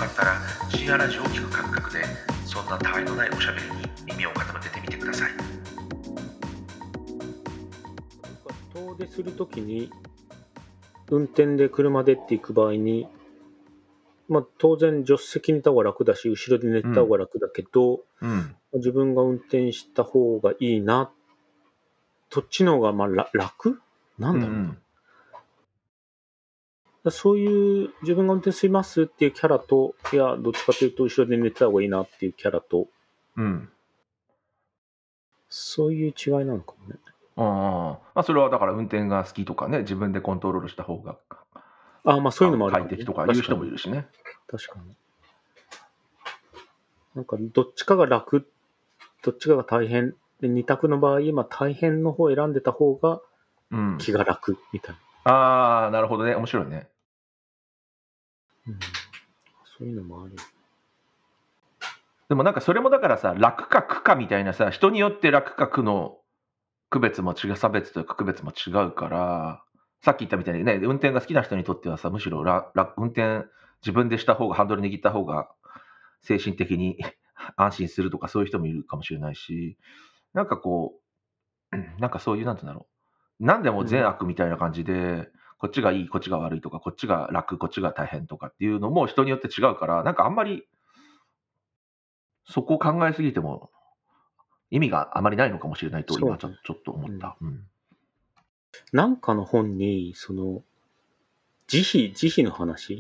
かったら深夜ラジオを聞く感覚で、そんなたわいのないおしゃべりに耳を傾けてみてください。 遠出するときに運転で車でって行く場合に、当然助手席にいた方が楽だし後ろで寝た方が楽だけど、自分が運転した方がいいな、そっちの方が楽なんだろうな、そういう自分が運転しますっていうキャラと、いやどっちかというと後ろで寝てた方がいいなっていうキャラと、そういう違いなのかもね。 それはだから運転が好きとかね、自分でコントロールした方がそういうのもあるかも、 快適とかいう人もいるしね。 確かに。なんかどっちかが楽、どっちかが大変で、二択の場合、大変の方を選んでた方が気が楽みたいな。なるほどね、面白いね。 そういうのもある。 でもなんかそれもだからさ、楽か苦かみたいなさ、人によって楽か苦の区別も違う、差別というか区別も違うから、さっき言ったみたいにね、運転が好きな人にとってはさ、むしろ運転自分でした方が、ハンドル握った方が精神的に安心するとか、そういう人もいるかもしれないし、なんかこう、なんかそういう、なんていうんだろう、なんでも善悪みたいな感じで、こっちがいい、こっちが悪いとか、こっちが楽、こっちが大変とかっていうのも人によって違うから、なんかあんまりそこを考えすぎても意味があまりないのかもしれないと今ちょっと思った。 なんかの本にその慈悲の話、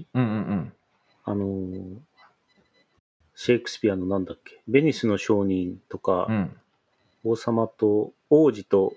シェイクスピアのなんだっけ、ベニスの商人とか、王様と王子と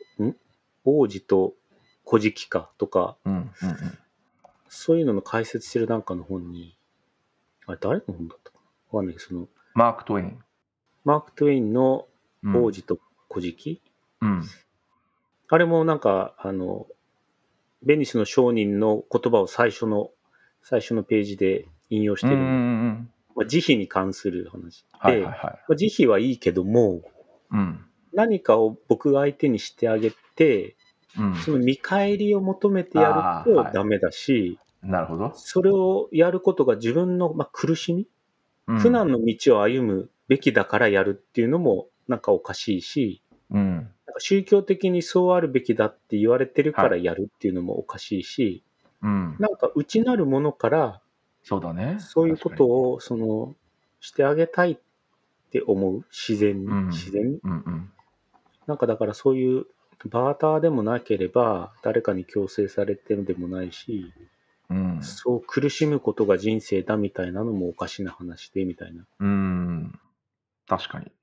小敷かとか、そういうのの解説してるなんかの本に、あれ誰の本だったかな、わかんないけど、そのマーク・トウェイン。 マーク・トウェインの王子と小敷、あれもなんかベニスの商人の言葉を最初のページで引用してるんで、慈悲に関する話で、慈悲はいいけども、何かを僕が相手にしてあげて、その見返りを求めてやるとダメだし、 なるほど。 それをやることが自分の、苦しみ、苦難の道を歩むべきだからやるっていうのもなんかおかしいし、なんか宗教的にそうあるべきだって言われてるからやるっていうのもおかしいし、なんか内なるものからそうだね、 そういうことをしてあげたいって思う、自然に、なんかだからそういうバーターでもなければ誰かに強制されてるでもないし、そう苦しむことが人生だみたいなのもおかしな話でみたいな。 確かに。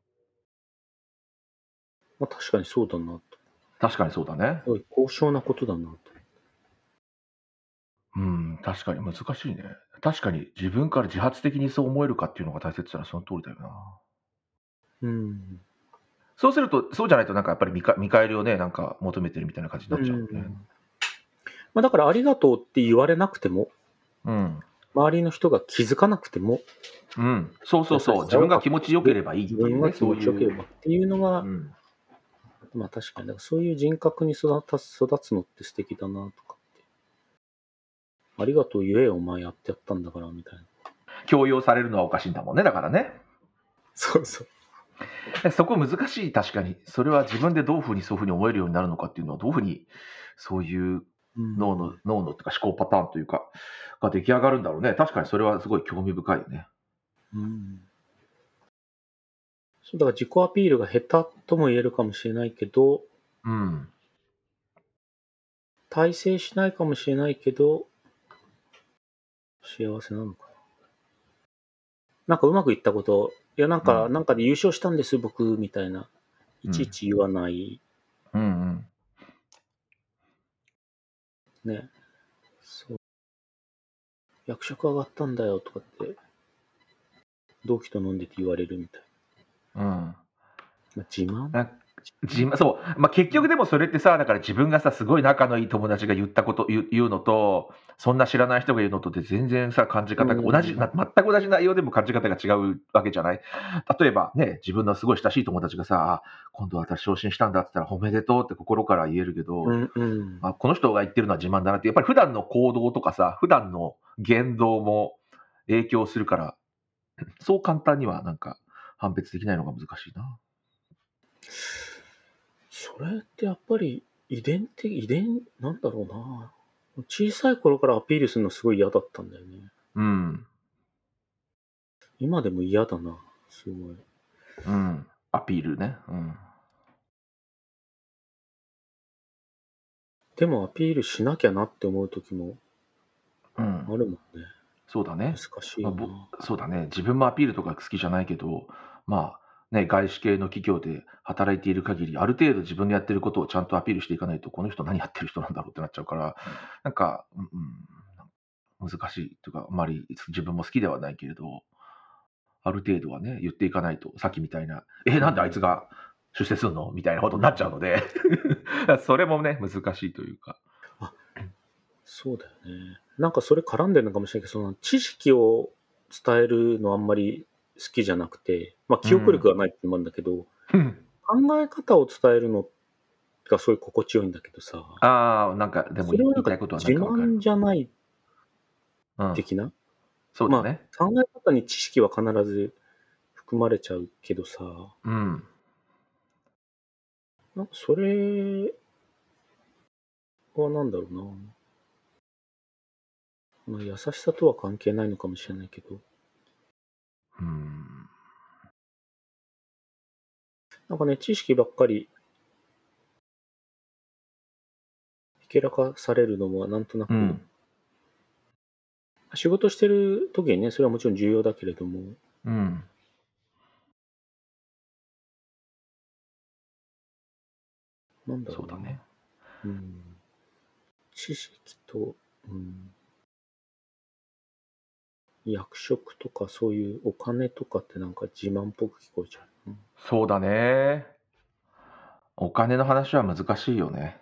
確かにそうだなと。 確かにそうだね。 すごい高尚なことだなと。 確かに難しいね。確かに自分から自発的にそう思えるかっていうのが大切ならその通りだよな。そうすると、そうじゃないとなんかやっぱり見返りをね、なんか求めてるみたいな感じになっちゃうよね。 だからありがとうって言われなくても、周りの人が気づかなくても、 そう。自分が気持ちよければいいっていうね。 自分が気持ちよければっていうのが、確かに、だからそういう人格に育つのって素敵だなとかって。ありがとう言えよ、お前やってやったんだからみたいな。 強要されるのはおかしいんだもんね、だからね。 そう。 そこ難しい、確かに。それは自分でどういうふうにそういうふうに思えるようになるのかっていうのは、どういうふうにそういう脳のというか思考パターンというかが出来上がるんだろうね。確かにそれはすごい興味深いよね。 そうだから自己アピールが下手とも言えるかもしれないけど、大成しないかもしれないけど、幸せなのかな。なんかうまくいったこと、いやなんかで優勝したんです僕みたいな、いちいち言わない。ね。そう。役職上がったんだよとかって、同期と飲んでて言われるみたいな。自慢そう。結局でもそれってさ、だから自分がさ、すごい仲のいい友達が言ったこと言うのと、そんな知らない人が言うのとで全然さ、感じ方が全く同じ内容でも感じ方が違うわけじゃない。例えばね、自分のすごい親しい友達がさ、今度私昇進したんだって言ったらおめでとうって心から言えるけど、この人が言ってるのは自慢だなって、やっぱり普段の行動とかさ、普段の言動も影響するから、そう簡単にはなんか判別できないのが難しいな。 それってやっぱり遺伝なんだろうな。小さい頃からアピールするのすごい嫌だったんだよね。 うん。 今でも嫌だな、すごい。 うん。アピールね。うん。 でもアピールしなきゃなって思う時もうん。 あるもんね。 そうだね。 難しいよな。 そうだね。自分もアピールとか好きじゃないけど、まあね、外資系の企業で働いている限り、ある程度自分でやってることをちゃんとアピールしていかないと、この人何やってる人なんだろうってなっちゃうから、なんか、難しいというか、あまり自分も好きではないけれど、ある程度はね、言っていかないと、さっきみたいな、なんであいつが出世するのみたいなことになっちゃうので、それもね、難しいというか。 そうだよね。なんかそれ絡んでるのかもしれないけど、その知識を伝えるのあんまり好きじゃなくて、まあ記憶力がないってのもあるんだけど、考え方を伝えるのがすごい心地よいんだけどさ、 ああ、なんか、でも言それはなんかいたいことはな自んかわかる。 慢じゃないうん。 的な、 そうだね。 考え方に知識は必ず含まれちゃうけどさ、 うん。 なんかそれはなんだろうな。まあ、優しさとは関係ないのかもしれないけど、 うん。 なんかね、知識ばっかりひけらかされるのもなんとなく、 うん。 仕事してる時にね、それはもちろん重要だけれども、 うん。 なんだろな。 そううだね。 うん。知識と、うん、役職とかそういうお金とかってなんか自慢っぽく聞こえちゃう。 そうだね。お金の話は難しいよね。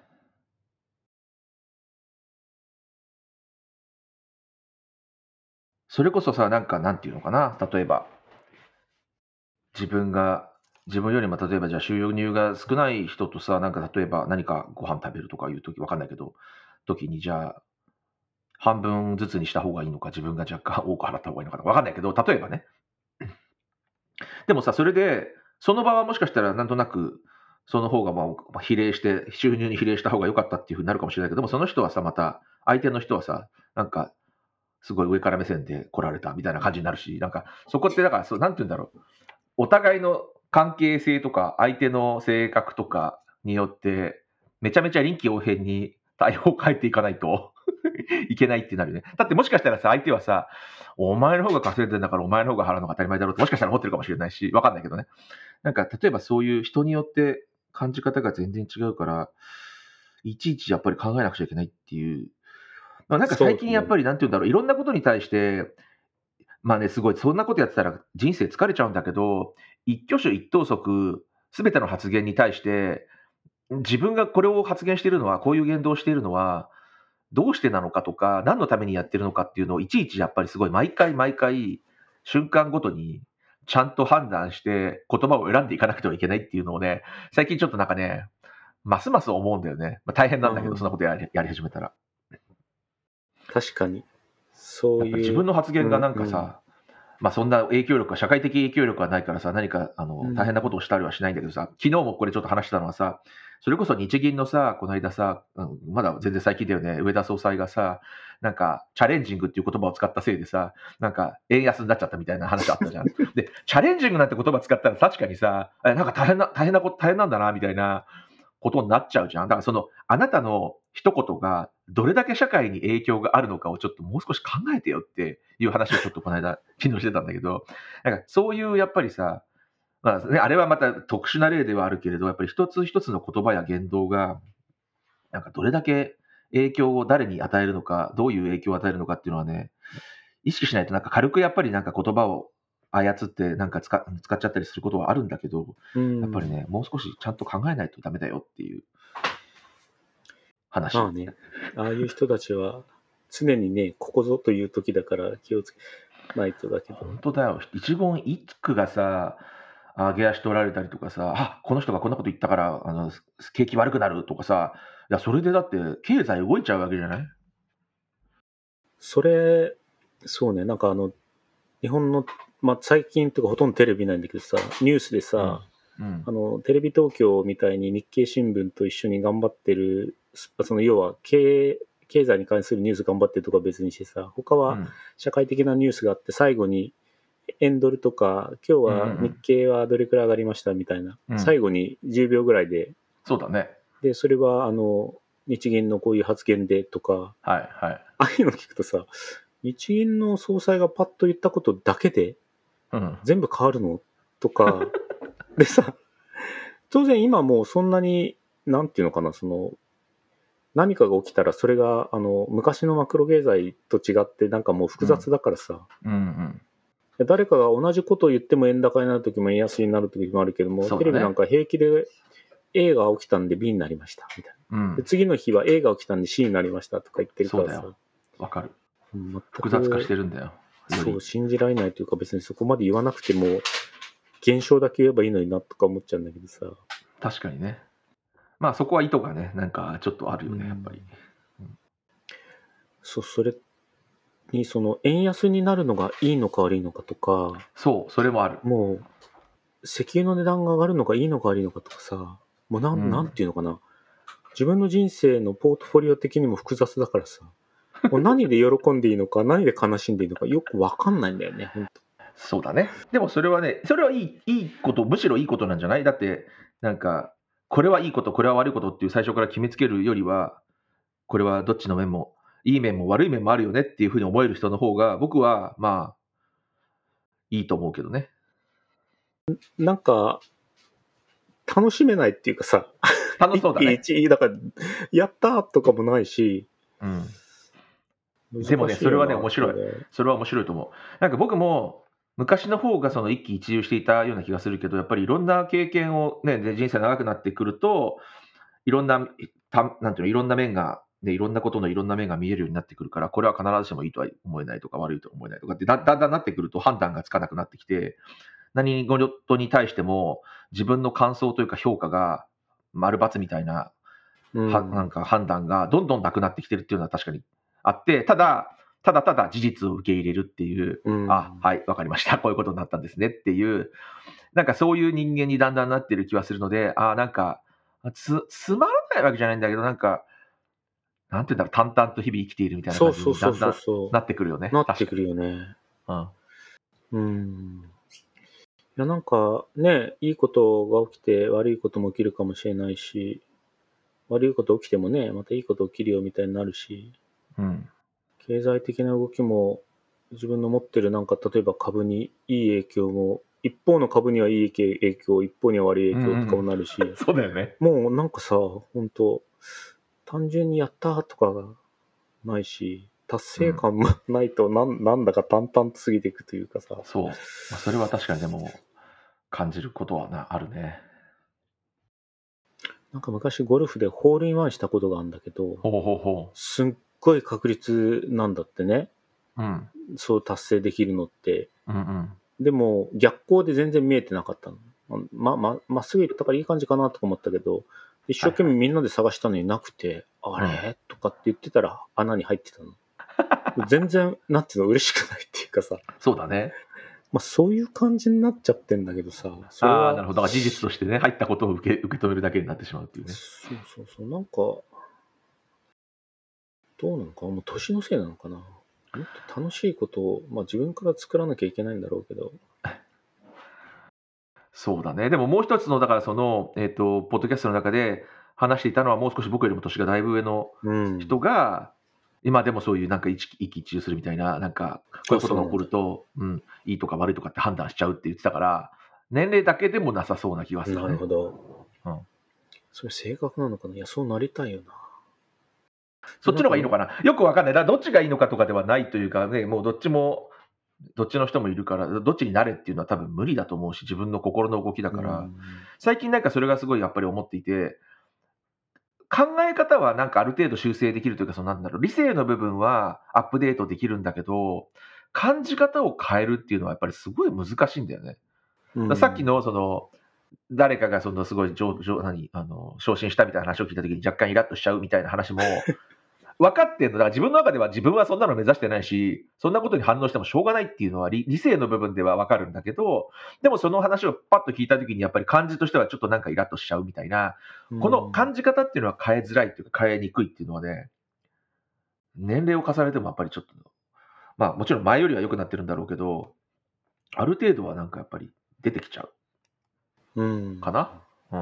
それこそさ、なんか、なんていうのかな、例えば、自分が、自分よりも例えばじゃあ収入が少ない人とさ、なんか例えば何かご飯食べるとかいうときわかんないけど、時にじゃあ、半分ずつにした方がいいのか、自分が若干多く払った方がいいのかわかんないけど、例えばね。でもさ、それで、その場はもしかしたらなんとなく、その方が比例して、収入に比例した方が良かったっていう風になるかもしれないけども、その人はさ、また、相手の人はさ、なんか、すごい上から目線で来られたみたいな感じになるし、なんか、そこってだから、なんて言うんだろう。お互いの関係性とか、相手の性格とかによって、めちゃめちゃ臨機応変に対応を変えていかないといけないってなるよね。だってもしかしたらさ、相手はさ、お前の方が稼いでんだからお前の方が払うのが当たり前だろうってもしかしたら思ってるかもしれないし、わかんないけどね。なんか、例えばそういう人によって感じ方が全然違うから、いちいちやっぱり考えなくちゃいけないっていう。なんか最近やっぱりなんて言うんだろう、いろんなことに対して、まあね、すごい、そんなことやってたら人生疲れちゃうんだけど、一挙手一投足、すべての発言に対して、自分がこれを発言しているのは、こういう言動をしているのは、どうしてなのかとか、何のためにやってるのかっていうのをいちいちやっぱりすごい毎回毎回、瞬間ごとにちゃんと判断して言葉を選んでいかなくてはいけないっていうのをね、最近ちょっとなんかね、ますます思うんだよね。大変なんだけど、そんなことやり始めたら。 確かに。そういう。 やっぱり自分の発言がなんかさ、そんな影響力は、社会的影響力はないからさ、何か大変なことをしたりはしないんだけどさ、昨日もこれちょっと話したのはさ、それこそ日銀のさ、この間さ、まだ全然最近だよね、植田総裁がさ、なんか、チャレンジングっていう言葉を使ったせいでさ、なんか、円安になっちゃったみたいな話あったじゃん。で、チャレンジングなんて言葉使ったら確かにさ、なんか大変なんだな、みたいなことになっちゃうじゃん。だからあなたの一言がどれだけ社会に影響があるのかをちょっともう少し考えてよっていう話をちょっとこの間、昨日してたんだけど、なんかそういうやっぱりさ、あれはまた特殊な例ではあるけれど、やっぱり一つ一つの言葉や言動が、なんかどれだけ影響を誰に与えるのか、どういう影響を与えるのかっていうのはね、意識しないとなんか軽くやっぱりなんか言葉を操ってなんか使っちゃったりすることはあるんだけど、やっぱりね、もう少しちゃんと考えないとダメだよっていう話。 まあね、ああいう人たちは常にね、ここぞという時だから気をつけないとだけど。 本当だよ。一言一句がさ、上げ足取られたりとかさ、この人がこんなこと言ったから、景気悪くなるとかさ、いや、それでだって経済動いちゃうわけじゃない？ それ、そうね、なんか日本の、最近とかほとんどテレビないんだけどさ、ニュースでさ、テレビ東京みたいに日経新聞と一緒に頑張ってる、要は経済に関するニュース頑張ってるとか別にしてさ、他は社会的なニュースがあって、最後に円ドルとか、今日は日経はどれくらい上がりましたみたいな、最後に10秒ぐらいで、 そうだね。 で、それは日銀のこういう発言でとか、ああいうの聞くとさ、日銀の総裁がパッと言ったことだけで全部変わるのとかでさ、当然今もうそんなになんていうのかな、何かが起きたらそれが昔のマクロ経済と違ってなんかもう複雑だからさ、誰かが同じことを言っても円高になるときも円安になるときもあるけども、テレビなんか平気で A が起きたんで B になりましたみたいな、で次の日は A が起きたんで C になりましたとか言ってるからさ、 そうだよ、わかる。複雑化してるんだよ。 そう、信じられないというか、別にそこまで言わなくても現象だけ言えばいいのになとか思っちゃうんだけどさ。 確かにね。まあそこは意図がね、なんかちょっとあるよね、やっぱり。 そう、それに円安になるのがいいのか悪いのかとか。 そう、それもある。 もう石油の値段が上がるのがいいのか悪いのかとかさ、もうなんていうのかな、自分の人生のポートフォリオ的にも複雑だからさ、もう何で喜んでいいのか何で悲しんでいいのかよく分かんないんだよね、本当。 そうだね。でもそれはね、それはいいこと、むしろいいことなんじゃない？だってなんかこれはいいことこれは悪いことっていう最初から決めつけるよりは、これはどっちの面もいい面も悪い面もあるよねっていうふうに思える人の方が僕はまあいいと思うけどね。 なんか楽しめないっていうかさ、 楽しそうだね。 だからやったとかもないし、 でもね、それはね面白い。それは面白いと思う。なんか僕も昔の方がその一喜一憂していたような気がするけど、やっぱりいろんな経験をね、人生長くなってくると、いろんな、なんていうの、いろんな面が、ね、いろんなことのいろんな面が見えるようになってくるから、これは必ずしもいいとは思えないとか悪いとは思えないとかってだんだんなってくると判断がつかなくなってきて、何事に対しても自分の感想というか評価が丸×みたいな、なんか判断がどんどんなくなってきてるっていうのは確かにあって、ただ事実を受け入れるっていう、はい、わかりました。こういうことになったんですねっていう、なんかそういう人間にだんだんなってる気はするので、なんか、つまらないわけじゃないんだけど、なんか、なんていうんだろう、淡々と日々生きているみたいな感じにだんだんなってくるよね。 なってくるよね。いや、なんかね、いいことが起きて悪いことも起きるかもしれないし、悪いこと起きてもね、またいいこと起きるよみたいになるし、経済的な動きも自分の持ってるなんか例えば株にいい影響も、一方の株にはいい影響、一方には悪い影響とかもなるし、 そうだよね。 もうなんかさ、本当単純にやったとかがないし、達成感もないとなんだか淡々と過ぎていくというかさ。 そう。それは確かにでも感じることはあるね。 なんか昔ゴルフでホールインワンしたことがあるんだけど、すっごい確率なんだってね。そう達成できるのって。でも逆光で全然見えてなかったの。まっすぐ行ったからいい感じかなとか思ったけど、一生懸命みんなで探したのになくて、あれとかって言ってたら穴に入ってたの。全然、なんていうの、嬉しくないっていうかさ。 そうだね。 そういう感じになっちゃってんだけどさ。 なるほど。事実としてね、入ったことを受け止めるだけになってしまうっていうね。 そう。なんか、どうなのか、もう年のせいなのかな。もっと楽しいことを、自分から作らなきゃいけないんだろうけど。 そうだね。でももう一つの、だからポッドキャストの中で話していたのは、もう少し僕よりも年がだいぶ上の人が、今でもそういうなんか一喜一憂するみたいな、なんかこういうことが起こると、いいとか悪いとかって判断しちゃうって言ってたから、年齢だけでもなさそうな気がするね。 なるほど。それ性格なのかな。いや、そうなりたいよな。 そっちの方がいいのかな。よくわかんない。どっちがいいのかとかではないというかね、もうどっちの人もいるから、どっちになれっていうのは多分無理だと思うし、自分の心の動きだから、最近なんかそれがすごいやっぱり思っていて、考え方はなんかある程度修正できるというか、なんだろう、理性の部分はアップデートできるんだけど、感じ方を変えるっていうのはやっぱりすごい難しいんだよね。さっきの誰かがすごい昇進したみたいな話を聞いたときに若干イラッとしちゃうみたいな話も、 分かってんのだから、自分の中では自分はそんなの目指してないし、そんなことに反応してもしょうがないっていうのは理性の部分では分かるんだけど、でもその話をパッと聞いた時にやっぱり感じとしてはちょっとなんかイラッとしちゃうみたいな、この感じ方っていうのは変えづらいっていうか変えにくいっていうのはね、年齢を重ねてもやっぱりちょっと、まあもちろん前よりは良くなってるんだろうけど、ある程度はなんかやっぱり出てきちゃうかな。うん。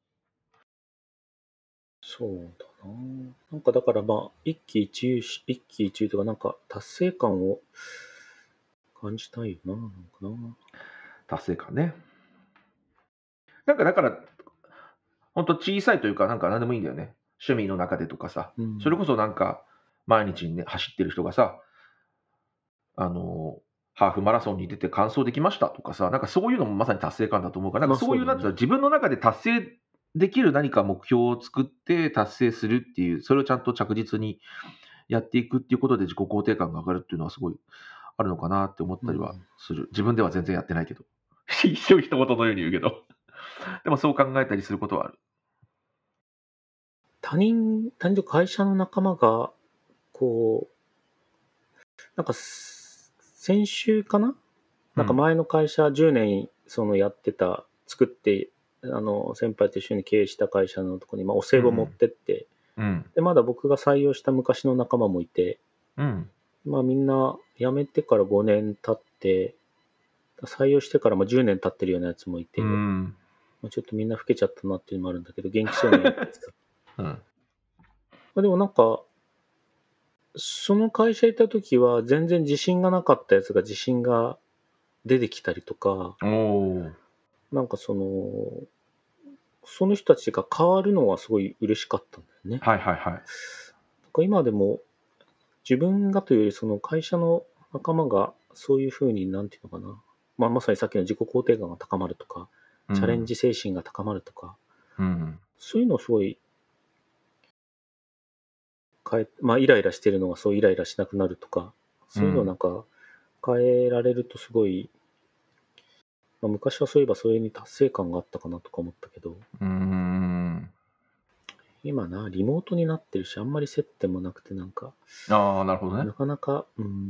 そうだな。なんかだからまあ、一喜一憂とか、なんか達成感を感じたいよな、なんかな。 達成感ね。なんかだから、本当小さいというか、なんか何でもいいんだよね。趣味の中でとかさ、それこそなんか、毎日ね、走ってる人がさ、ハーフマラソンに出て完走できましたとかさ、なんかそういうのもまさに達成感だと思うから、なんかそういう、なんていうの、自分の中で達成できる何か目標を作って達成するっていう、それをちゃんと着実にやっていくっていうことで自己肯定感が上がるっていうのはすごいあるのかなって思ったりはする。自分では全然やってないけど。一生一言のように言うけど。でもそう考えたりすることはある。 他人と会社の仲間が、こう、なんか先週かな、なんか前の会社10年やってた、作って、先輩と一緒に経営した会社のところに、まあ、お歳暮持ってって、で、まだ僕が採用した昔の仲間もいて、まあみんな辞めてから5年経って、採用してからも10年経ってるようなやつもいて、まあ、ちょっとみんな老けちゃったなっていうのもあるんだけど、元気そうにやってた。まあ、でもなんか、その会社行った時は全然自信がなかったやつが自信が出てきたりとか、なんかその人たちが変わるのはすごい嬉しかったんだよね。 はいはいはい。 なんか今でも自分がというよりその会社の仲間がそういうふうに、なんていうのかな、まあ、まさにさっきの自己肯定感が高まるとか、チャレンジ精神が高まるとか、そういうのをすごいまあイライラしてるのがそうイライラしなくなるとか、そういうのをなんか変えられるとすごい、まあ、昔はそういえばそれに達成感があったかなとか思ったけど、今な、リモートになってるし、あんまり接点もなくて、なんか、 なるほどね。 なかなか、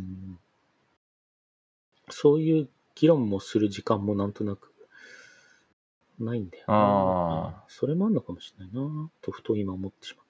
そういう議論もする時間もなんとなくないんだよな。それもあんのかもしれないな、とふと今思ってしまった。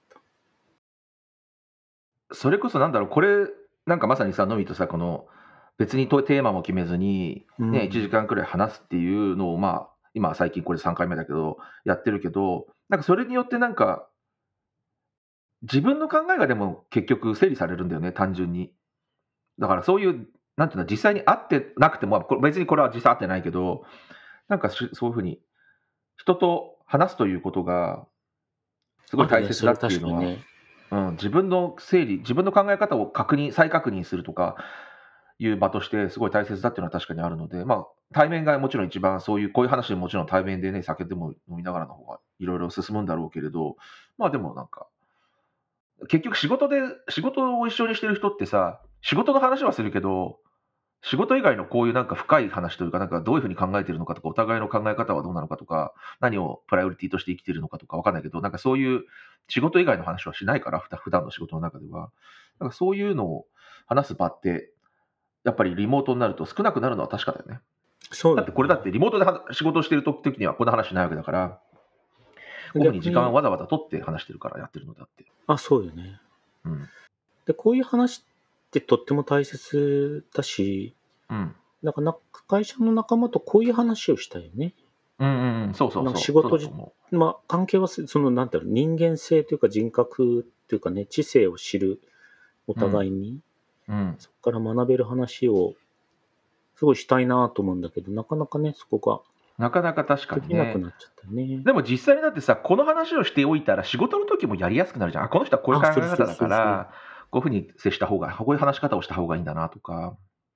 それこそなんだろう、これ、なんかまさにさ、のみとさ、この、別にテーマも決めずに、ね、1時間くらい話すっていうのを、まあ、今最近これ3回目だけど、やってるけど、なんかそれによってなんか、自分の考えがでも結局整理されるんだよね、単純に。だからそういう、なんていうの、実際に会ってなくても、別にこれは実際会ってないけど、なんかそういうふうに、人と話すということが、すごい大切だっていうのは、自分の整理、自分の考え方を再確認するとかいう場として、すごい大切だっていうのは確かにあるので、まあ、対面がもちろん一番こういう話でもちろん対面でね、酒でも飲みながらの方がいろいろ進むんだろうけれど、まあでもなんか、結局仕事を一緒にしてる人ってさ、仕事の話はするけど、仕事以外のこういうなんか深い話というか、なんかどういうふうに考えてるのかとか、お互いの考え方はどうなのかとか、何をプライオリティとして生きてるのかとかわかんないけど、なんかそういう仕事以外の話はしないから、普段の仕事の中では。なんかそういうのを話す場って、やっぱりリモートになると少なくなるのは確かだよね。だってこれだってリモートで仕事してる時にはこんな話しないわけだから、こういうふうに時間をわざわざ取って話してるからやってるのだって。 あ、そうよね。で、こういう話ってとっても大切だし、なんか会社の仲間とこういう話をしたいよね。 そうそうそう。 仕事まあ、関係はなんだろう、人間性というか人格というかね、知性を知るお互いに、そこから学べる話をすごいしたいなと思うんだけど、なかなかね、そこが。 なかなか確かにね。 できなくなっちゃったね。 でも実際にだってさ、この話をしておいたら仕事の時もやりやすくなるじゃん。この人はこういう考え方だから、こういうふうに接した方が、こういう話し方をした方がいいんだなとか。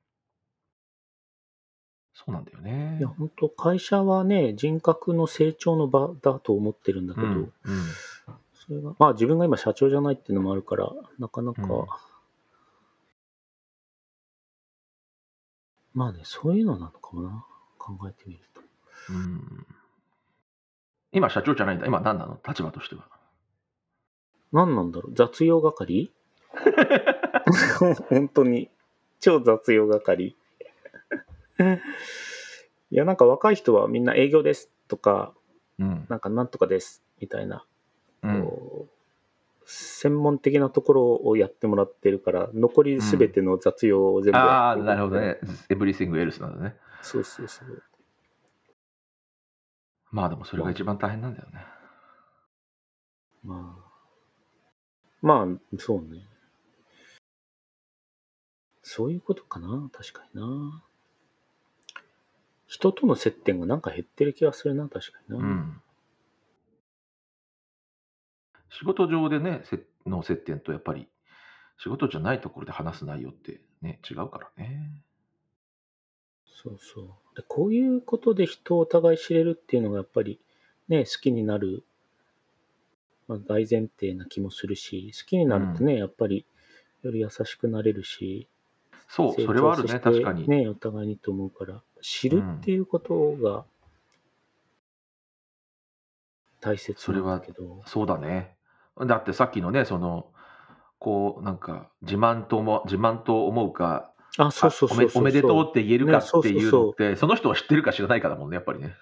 そうなんだよね。 いや、本当会社はね、人格の成長の場だと思ってるんだけど、それが、まあ自分が今社長じゃないっていうのもあるから、なかなか、まあね、そういうのなのかもな、考えてみると。 今社長じゃないんだ。今何なの？立場としては。 何なんだろう、雑用係？ 本当に超雑用係。いやなんか若い人はみんな営業ですとか、なんかなんとかですみたいな、専門的なところをやってもらってるから、残りすべての雑用を全部やってる、 なるほどね。Everything else なんだね。 そうそうそう。 まあでもそれが一番大変なんだよね。 まあそうね。そういうことかな、確かにな。人との接点がなんか減ってる気がするな、確かにな。 仕事上でね、の接点とやっぱり仕事じゃないところで話す内容ってね、違うからね。 そうそう。でこういうことで人をお互い知れるっていうのがやっぱりね、好きになる、大前提な気もするし、好きになるとね、やっぱりより優しくなれるし、 そう、それはあるね、確かに。 ね、お互いにと思うから、知るっていうことが大切なんだけど。 そうだね。だってさっきのね、こうなんか自慢と思うか、 そうそうそうそう、 おめでとうって言えるかっていうのって、 ね、 その人を知ってるか知らないかだもんね、やっぱりね。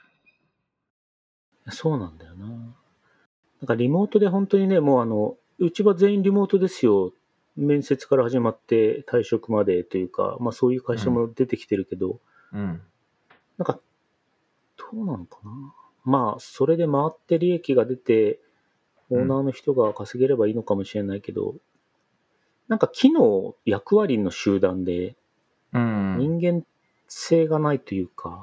そうなんだよな。なんかリモートで本当にね、もううちは全員リモートですよ。面接から始まって退職までというか、そういう会社も出てきてるけど、なんか、どうなのかな。それで回って利益が出て、オーナーの人が稼げればいいのかもしれないけど、なんか機能、役割の集団で、人間性がないというか、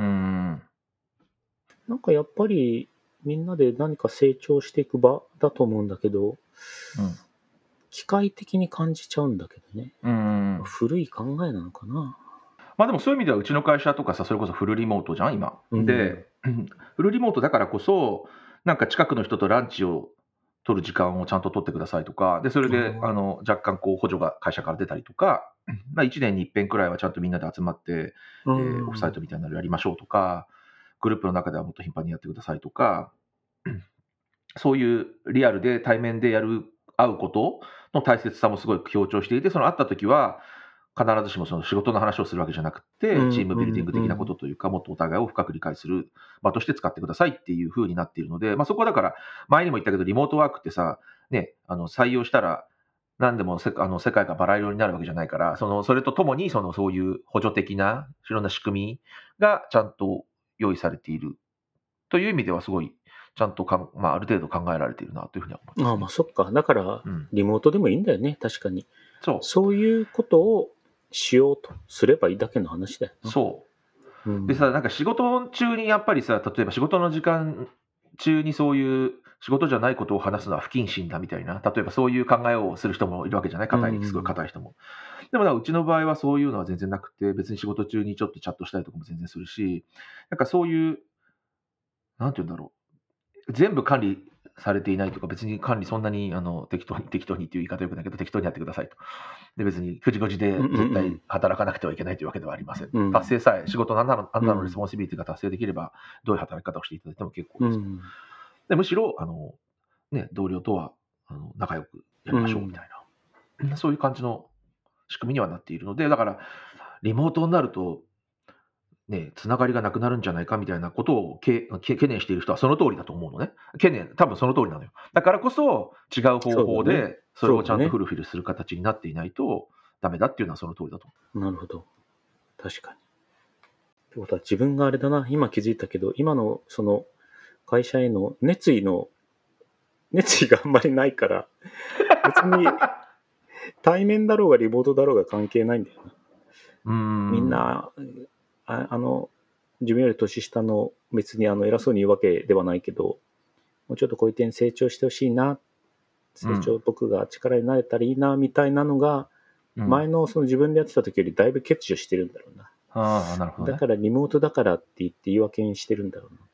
なんかやっぱりみんなで何か成長していく場だと思うんだけど、機械的に感じちゃうんだけどね。古い考えなのかな。 でもそういう意味ではうちの会社とかさ、それこそフルリモートじゃん、今。で、フルリモートだからこそ、なんか近くの人とランチを取る時間をちゃんと取ってくださいとか、で、それで若干こう補助が会社から出たりとか、1年に一遍くらいはちゃんとみんなで集まって、オフサイトみたいなのやりましょうとか、グループの中ではもっと頻繁にやってくださいとか、そういうリアルで対面で会うことの大切さもすごい強調していて、その会った時は、必ずしもその仕事の話をするわけじゃなくて、チームビルディング的なことというか、もっとお互いを深く理解する場として使ってくださいっていう風になっているので、そこはだから、前にも言ったけど、リモートワークってさ、ね、採用したら、何でも世界がバラ色になるわけじゃないから、それとともに、そういう補助的ないろんな仕組みがちゃんと用意されているという意味では、すごい、ちゃんとある程度考えられているなというふうには思います、ね。 そっか。だから、リモートでもいいんだよね、確かに。そういうことをしようとすればいいだけの話だよな。 そう。でさ、なんか仕事中にやっぱりさ、例えば仕事の時間中にそういう仕事じゃないことを話すのは不謹慎だみたいな、例えばそういう考えをする人もいるわけじゃない、すごい硬い人も。でもうちの場合はそういうのは全然なくて、別に仕事中にちょっとチャットしたりとかも全然するし、なんかそういう、なんて言うんだろう、全部管理されていないとか、別に管理そんなに適当にっていう言い方よくないけど、適当にやってくださいと。で、別に9時5時で絶対働かなくてはいけないというわけではありません。達成さえ、仕事のあんなのレスポンシビリティが達成できれば、どういう働き方をしていただいても結構です。でむしろ、同僚とは仲良くやりましょうみたいな、そういう感じの仕組みにはなっているので、だから、リモートになると、つながりがなくなるんじゃないかみたいなことを懸念している人はその通りだと思うのね。多分その通りなのよ。だからこそ違う方法でそれをちゃんとフルフィルする形になっていないとダメだっていうのはその通りだと思う。なるほど。確かに。ってことは自分があれだな、今気づいたけど、今のその会社への熱意があんまりないから、別に対面だろうがリモートだろうが関係ないんだよな。みんな、自分より年下の別に偉そうに言うわけではないけど、もうちょっとこういう点成長してほしいな、僕が力になれたらいいなみたいなのが、前のその自分でやってた時よりだいぶ欠如してるんだろうな。 なるほどね。 だからリモートだからって言って言い訳にしてるんだろうな、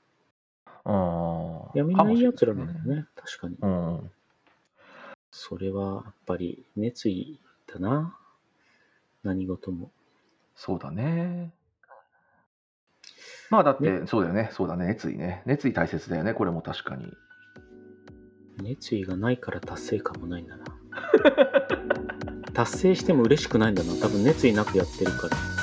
多分。いや、みんないいやつらなんだよね、確かに。それはやっぱり熱意だな、何事も。 そうだね。だって、そうだよね。そうだね。熱意ね。熱意大切だよね。これも確かに。 熱意がないから達成感もないんだな。 達成しても嬉しくないんだな。多分熱意なくやってるから。